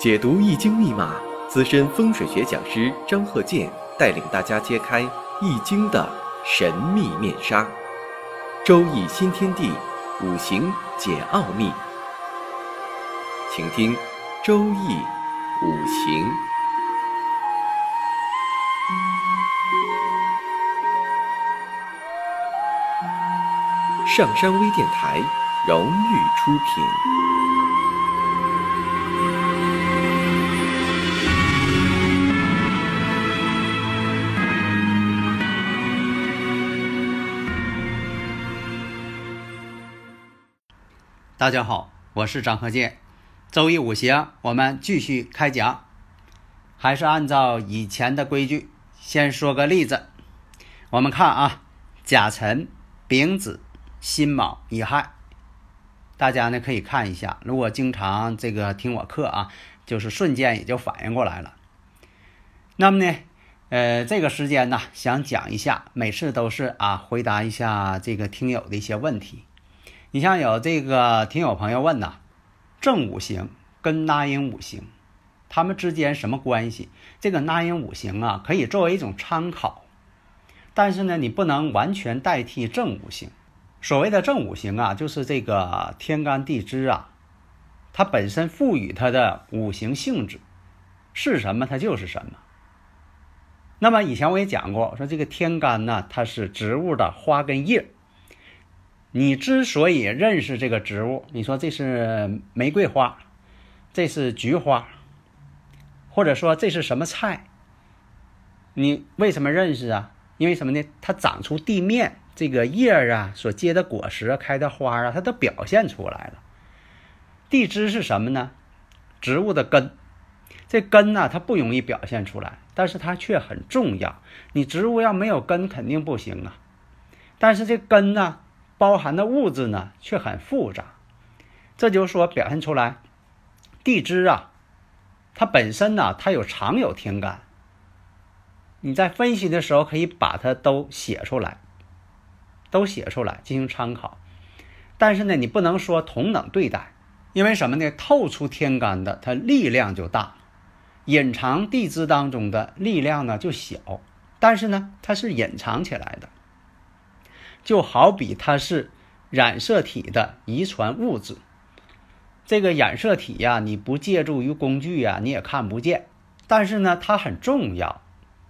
解读易经密码，资深风水学讲师张鹤剑带领大家揭开易经的神秘面纱。周易新天地，五行解奥秘。请听周易五行。上山微电台荣誉出品。 大家好，我是张鹤剑。周易五行我们继续开讲，还是按照以前的规矩，先说个例子。我们看啊，甲辰、丙子、辛卯、乙亥，大家呢可以看一下，如果经常听我课啊，就是瞬间也就反应过来了。那么呢这个时间呢想讲一下，每次都是回答一下听友的一些问题。你像有听友朋友问正五行跟纳音五行他们之间什么关系？纳音五行可以作为一种参考，但是呢你不能完全代替正五行。所谓的正五行就是天干地支它本身赋予它的五行性质是什么它就是什么。那么以前我也讲过，说天干它是植物的花跟叶。你之所以认识这个植物，你说这是玫瑰花，这是菊花，或者说这是什么菜，你为什么认识因为什么呢？它长出地面，叶所结的果实开的花它都表现出来了。地支是什么呢？植物的根。这根它不容易表现出来，但是它却很重要。你植物要没有根肯定不行但是这根包含的物质却很复杂。这就是说表现出来地支它本身它常有天干，你在分析的时候可以把它都写出来进行参考。但是呢你不能说同等对待，因为什么呢？透出天干的它力量就大，隐藏地支当中的力量就小，但是呢它是隐藏起来的。就好比它是染色体的遗传物质，染色体你不借助于工具你也看不见，但是呢它很重要。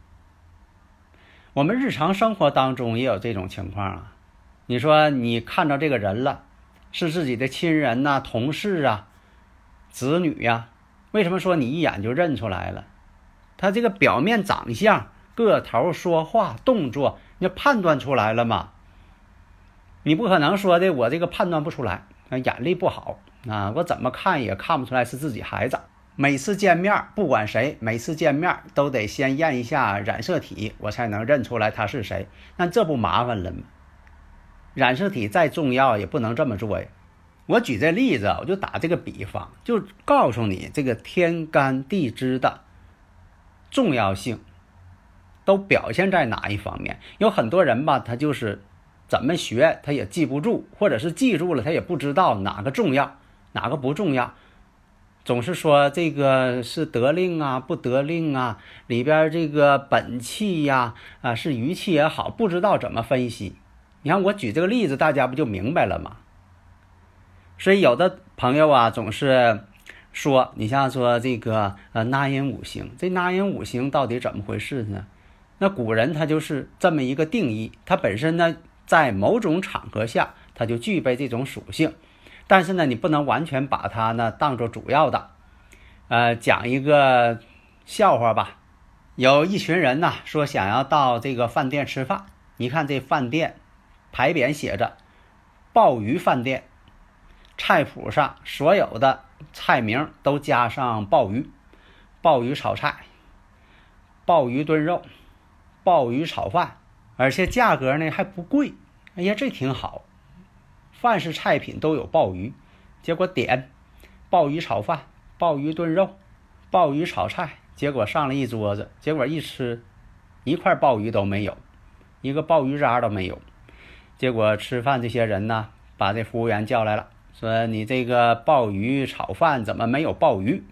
我们日常生活当中也有这种情况你说你看到这个人了，是自己的亲人同事子女为什么说你一眼就认出来了？他表面长相、个头、说话、动作，你判断出来了吗？你不可能说我判断不出来，眼力不好我怎么看也看不出来是自己孩子。每次见面不管谁，每次见面都得先验一下染色体，我才能认出来他是谁。那这不麻烦了吗？染色体再重要也不能这么做呀。我举这例子我就打这个比方，就告诉你天干地支的重要性都表现在哪一方面。有很多人他就是怎么学他也记不住，或者是记住了他也不知道哪个重要哪个不重要，总是说是得令不得令里边本气是余气也好，不知道怎么分析。你看我举这个例子大家不就明白了吗？所以有的朋友总是说，你像说纳音五行，纳音五行到底怎么回事呢？那古人他就是这么一个定义，它本身在某种场合下它就具备这种属性，但是你不能完全把它当作主要的。讲一个笑话吧。有一群人说想要到饭店吃饭，你看这饭店牌匾写着鲍鱼饭店，菜谱上所有的菜名都加上鲍鱼，鲍鱼炒菜，鲍鱼炖肉，鲍鱼炒饭，而且价格还不贵。哎呀，这挺好，凡是菜品都有鲍鱼。结果点鲍鱼炒饭、鲍鱼炖肉、鲍鱼炒菜，结果上了一桌子，结果一吃一块鲍鱼都没有，一个鲍鱼渣都没有。结果吃饭这些人把这服务员叫来了，说你鲍鱼炒饭怎么没有鲍鱼？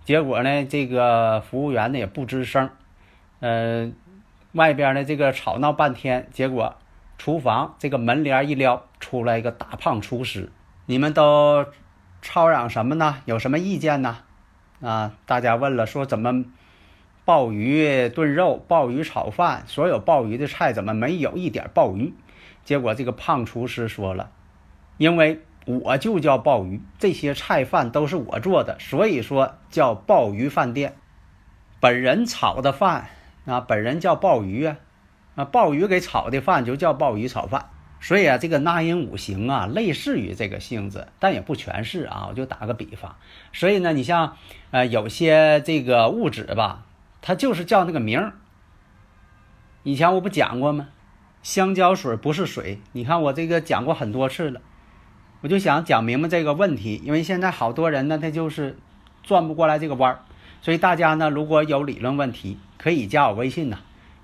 结果呢，这个服务员呢也不吱声，外边呢这个吵闹半天，结果厨房这个门帘一撩，出来一个大胖厨师。你们都吵嚷什么呢？有什么意见呢？大家问了，说怎么鲍鱼炖肉、鲍鱼炒饭，所有鲍鱼的菜怎么没有一点鲍鱼？结果这个胖厨师说了，因为我就叫鲍鱼，这些菜饭都是我做的，所以说叫鲍鱼饭店。本人炒的饭本人叫鲍鱼鲍鱼给炒的饭就叫鲍鱼炒饭。所以这个纳音五行类似于这个性质，但也不全是我就打个比方。所以呢，你像有些这个物质吧，它就是叫那个名儿。以前我不讲过吗？香蕉水不是水，你看我这个讲过很多次了。我就想讲明白这个问题，因为现在好多人呢，他就是转不过来这个弯儿。所以大家呢，如果有理论问题，可以加我微信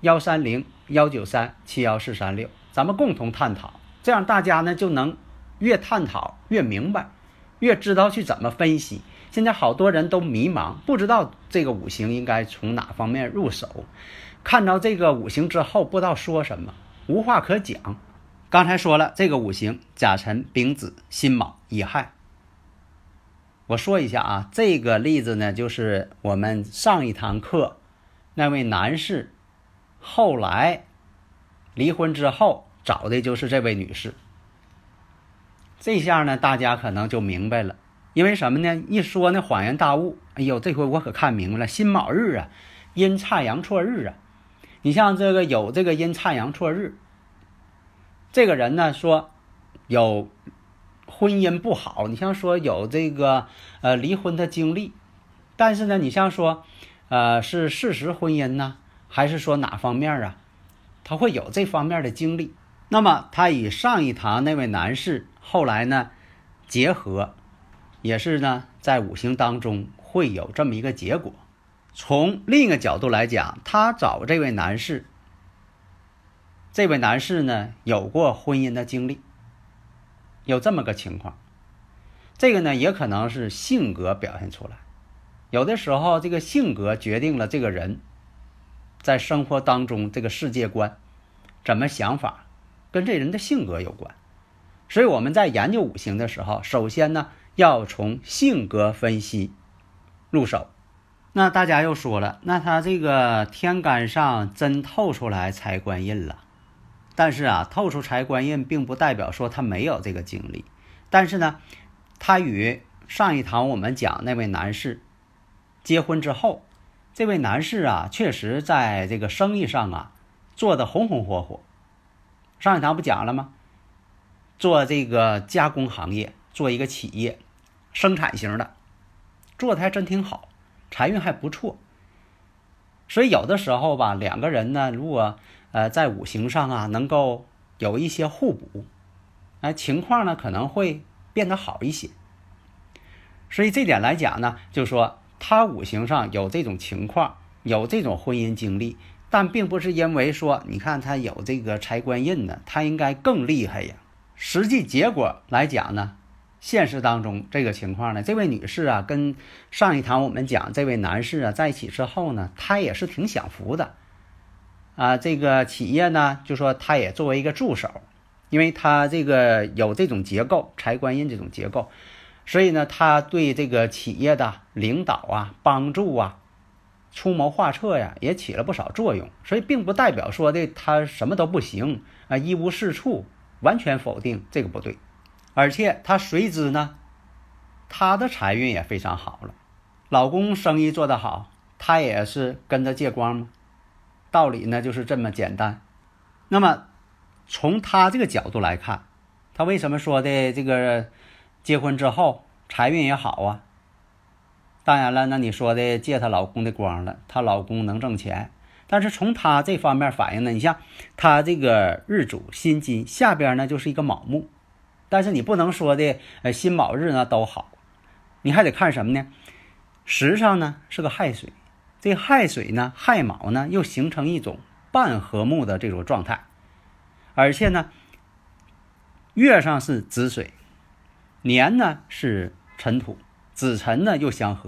130-193-71436，咱们共同探讨，这样大家呢就能越探讨越明白，越知道去怎么分析。现在好多人都迷茫，不知道这个五行应该从哪方面入手，看到这个五行之后不知道说什么，无话可讲。刚才说了，这个五行甲辰、丙子、辛卯、乙亥。我说一下这个例子呢，就是我们上一堂课那位男士后来离婚之后找的就是这位女士。这下呢，大家可能就明白了，因为什么呢？一说呢，恍然大悟。哎呦，这回我可看明白了，辛卯日阴差阳错日你像这个有这个阴差阳错日，这个人呢说有婚姻不好，你像说有这个离婚的经历，但是呢，你像说是事实婚姻呢，还是说哪方面他会有这方面的经历。那么他与上一堂那位男士后来呢结合，也是呢在五行当中会有这么一个结果。从另一个角度来讲，他找这位男士，这位男士呢有过婚姻的经历，有这么个情况。这个呢也可能是性格表现出来，有的时候这个性格决定了这个人在生活当中这个世界观怎么想法，跟这人的性格有关。所以我们在研究五行的时候，首先呢要从性格分析入手。那大家又说了，那他这个天干上真透出来财官印了，但是透出财官印并不代表说他没有这个经历。但是呢，他与上一堂我们讲那位男士结婚之后，这位男士确实在这个生意上做得红红火火。上一堂不讲了吗？做这个加工行业，做一个企业生产型的，做得还真挺好，财运还不错。所以有的时候吧，两个人呢，如果在五行上能够有一些互补，情况呢可能会变得好一些。所以这点来讲呢，就是说他五行上有这种情况，有这种婚姻经历，但并不是因为说你看他有这个财官印呢，他应该更厉害呀。实际结果来讲呢，现实当中这个情况呢，这位女士跟上一堂我们讲这位男士在一起之后呢，他也是挺享福的这个企业呢，就说他也作为一个助手，因为他这个有这种结构，财官印这种结构，所以呢他对这个企业的领导帮助出谋划策也起了不少作用。所以并不代表说他什么都不行一无是处，完全否定，这个不对。而且他随之呢，他的财运也非常好了。老公生意做得好，他也是跟着借光吗？道理呢就是这么简单。那么从他这个角度来看，他为什么说的这个结婚之后财运也好当然了，那你说的借她老公的光了，她老公能挣钱。但是从他这方面反映呢，你像他这个日主辛金下边呢就是一个卯木，但是你不能说的辛卯日呢都好，你还得看什么呢？时上呢是个亥水，这亥水呢亥卯呢又形成一种半合木的这种状态，而且呢月上是子水，年呢是辰土，子辰呢又相合，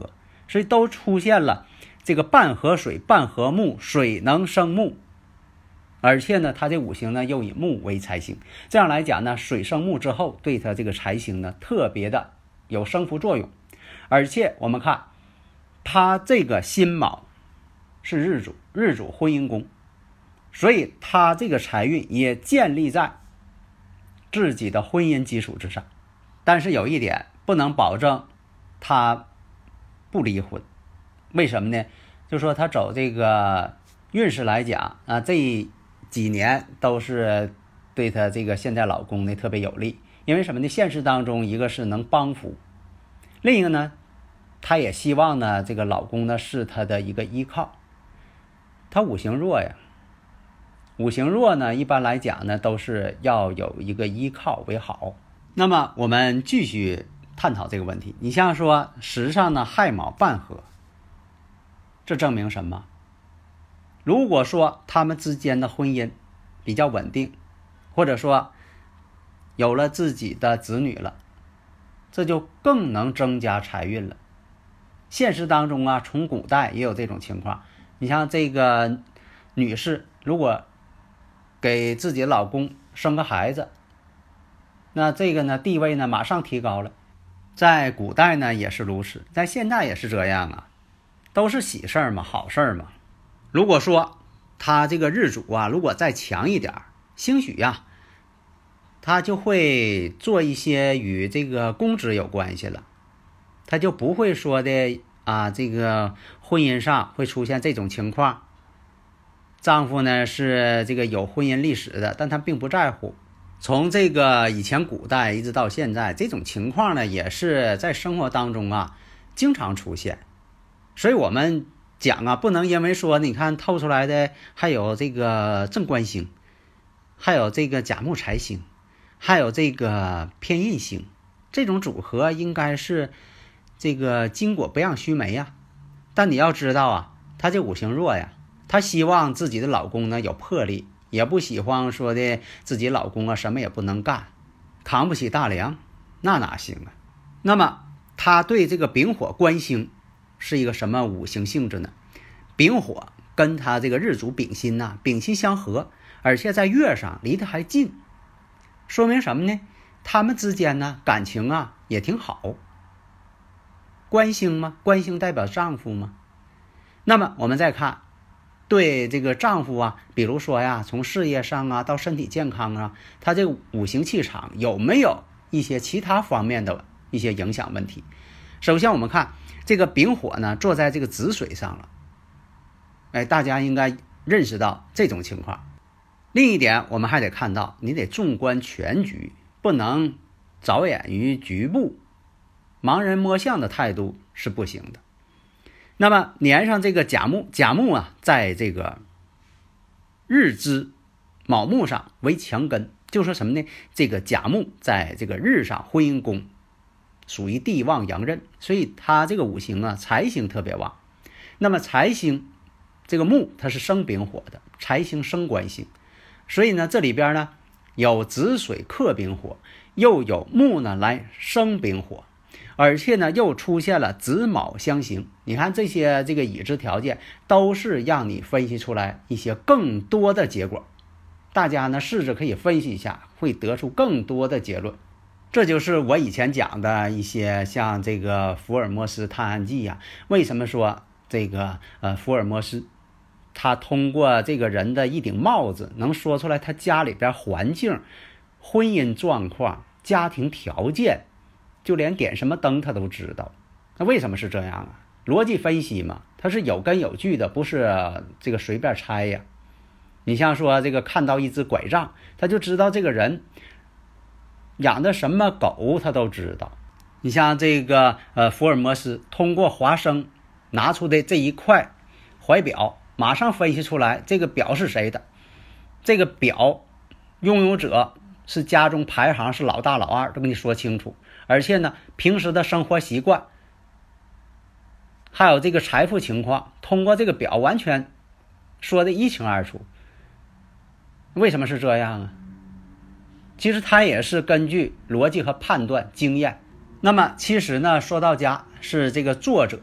所以都出现了这个半合水半合木，水能生木，而且呢它这五行呢又以木为财星，这样来讲呢，水生木之后对它这个财星呢特别的有生扶作用。而且我们看它这个辛卯是日主，日主婚姻宫，所以它这个财运也建立在自己的婚姻基础之上。但是有一点不能保证他不离婚，为什么呢？就说他走这个运势来讲啊，这几年都是对他这个现在老公呢特别有利。因为什么呢？现实当中一个是能帮扶，另一个呢他也希望呢这个老公呢是他的一个依靠。他五行弱呀，五行弱呢一般来讲呢都是要有一个依靠为好。那么我们继续探讨这个问题。你像说时上呢亥卯半合，这证明什么？如果说他们之间的婚姻比较稳定，或者说有了自己的子女了，这就更能增加财运了。现实当中啊，从古代也有这种情况。你像这个女士如果给自己的老公生个孩子，那这个呢地位呢马上提高了。在古代呢也是如此，在现在也是这样啊，都是喜事儿嘛，好事儿嘛。如果说他这个日主啊如果再强一点，兴许呀他就会做一些与这个公职有关系了，他就不会说的啊这个婚姻上会出现这种情况。丈夫呢是这个有婚姻历史的，但他并不在乎。从这个以前古代一直到现在，这种情况呢也是在生活当中啊经常出现。所以我们讲啊，不能因为说你看透出来的还有这个正官星，还有这个甲木财星，还有这个偏印星，这种组合应该是这个金果不让须眉呀。但你要知道啊，他这五行弱呀，他希望自己的老公呢有魄力，也不喜欢说的自己老公啊什么也不能干，扛不起大梁，那哪行啊？那么他对这个丙火官星是一个什么五行性质呢？丙火跟他这个日主丙辛呐，丙辛相合，而且在月上离得还近，说明什么呢？他们之间呢感情啊也挺好。官星嘛，官星代表丈夫嘛。那么我们再看对这个丈夫啊，比如说呀从事业上啊到身体健康啊，他这个五行气场有没有一些其他方面的一些影响问题？首先我们看这个丙火呢坐在这个子水上了，大家应该认识到这种情况。另一点我们还得看到，你得纵观全局，不能着眼于局部，盲人摸象的态度是不行的。那么年上这个甲木，甲木啊在这个日支卯木上为强根，就说什么呢？这个甲木在这个日上婚姻宫属于地旺阳刃，所以它这个五行啊财星特别旺。那么财星这个木它是生丙火的，财星生官星，所以呢这里边呢有子水克丙火，又有木呢来生丙火，而且呢又出现了子卯相刑。你看这些这个已知条件都是让你分析出来一些更多的结果，大家呢试着可以分析一下，会得出更多的结论。这就是我以前讲的一些像这个福尔摩斯探案记呀，为什么说这个福尔摩斯他通过这个人的一顶帽子能说出来他家里边环境、婚姻状况、家庭条件，就连点什么灯他都知道。那为什么是这样啊？逻辑分析嘛，它是有根有据的，不是这个随便猜呀。你像说这个看到一只拐杖，他就知道这个人养的什么狗他都知道。你像这个福尔摩斯通过华生拿出的这一块怀表，马上分析出来这个表是谁的，这个表拥有者是家中排行是老大老二，都跟你说清楚。而且呢平时的生活习惯还有这个财富情况，通过这个表完全说的一清二楚。为什么是这样啊？其实他也是根据逻辑和判断经验。那么其实呢说到家是这个作者呀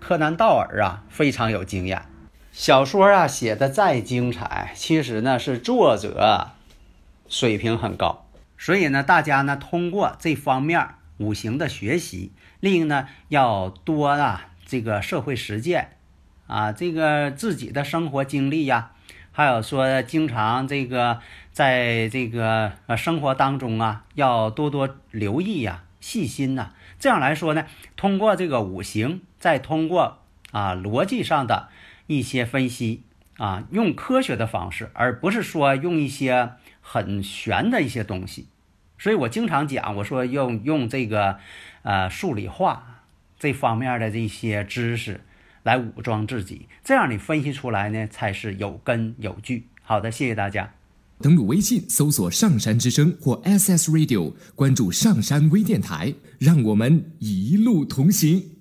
柯南道尔啊非常有经验。小说啊写的再精彩，其实呢是作者水平很高，所以呢大家呢通过这方面五行的学习，另一个呢要多这个社会实践啊，这个自己的生活经历呀，还有说经常这个在这个生活当中啊要多多留意呀，细心呐，这样来说呢，通过这个五行，再通过逻辑上的一些分析啊，用科学的方式，而不是说用一些很玄的一些东西。所以我经常讲，我说用这个数理化这方面的这些知识来武装自己，这样你分析出来呢才是有根有据。好的，谢谢大家。 登录微信搜索上山之声或 SS Radio， 关注上山微电台，让我们一路同行。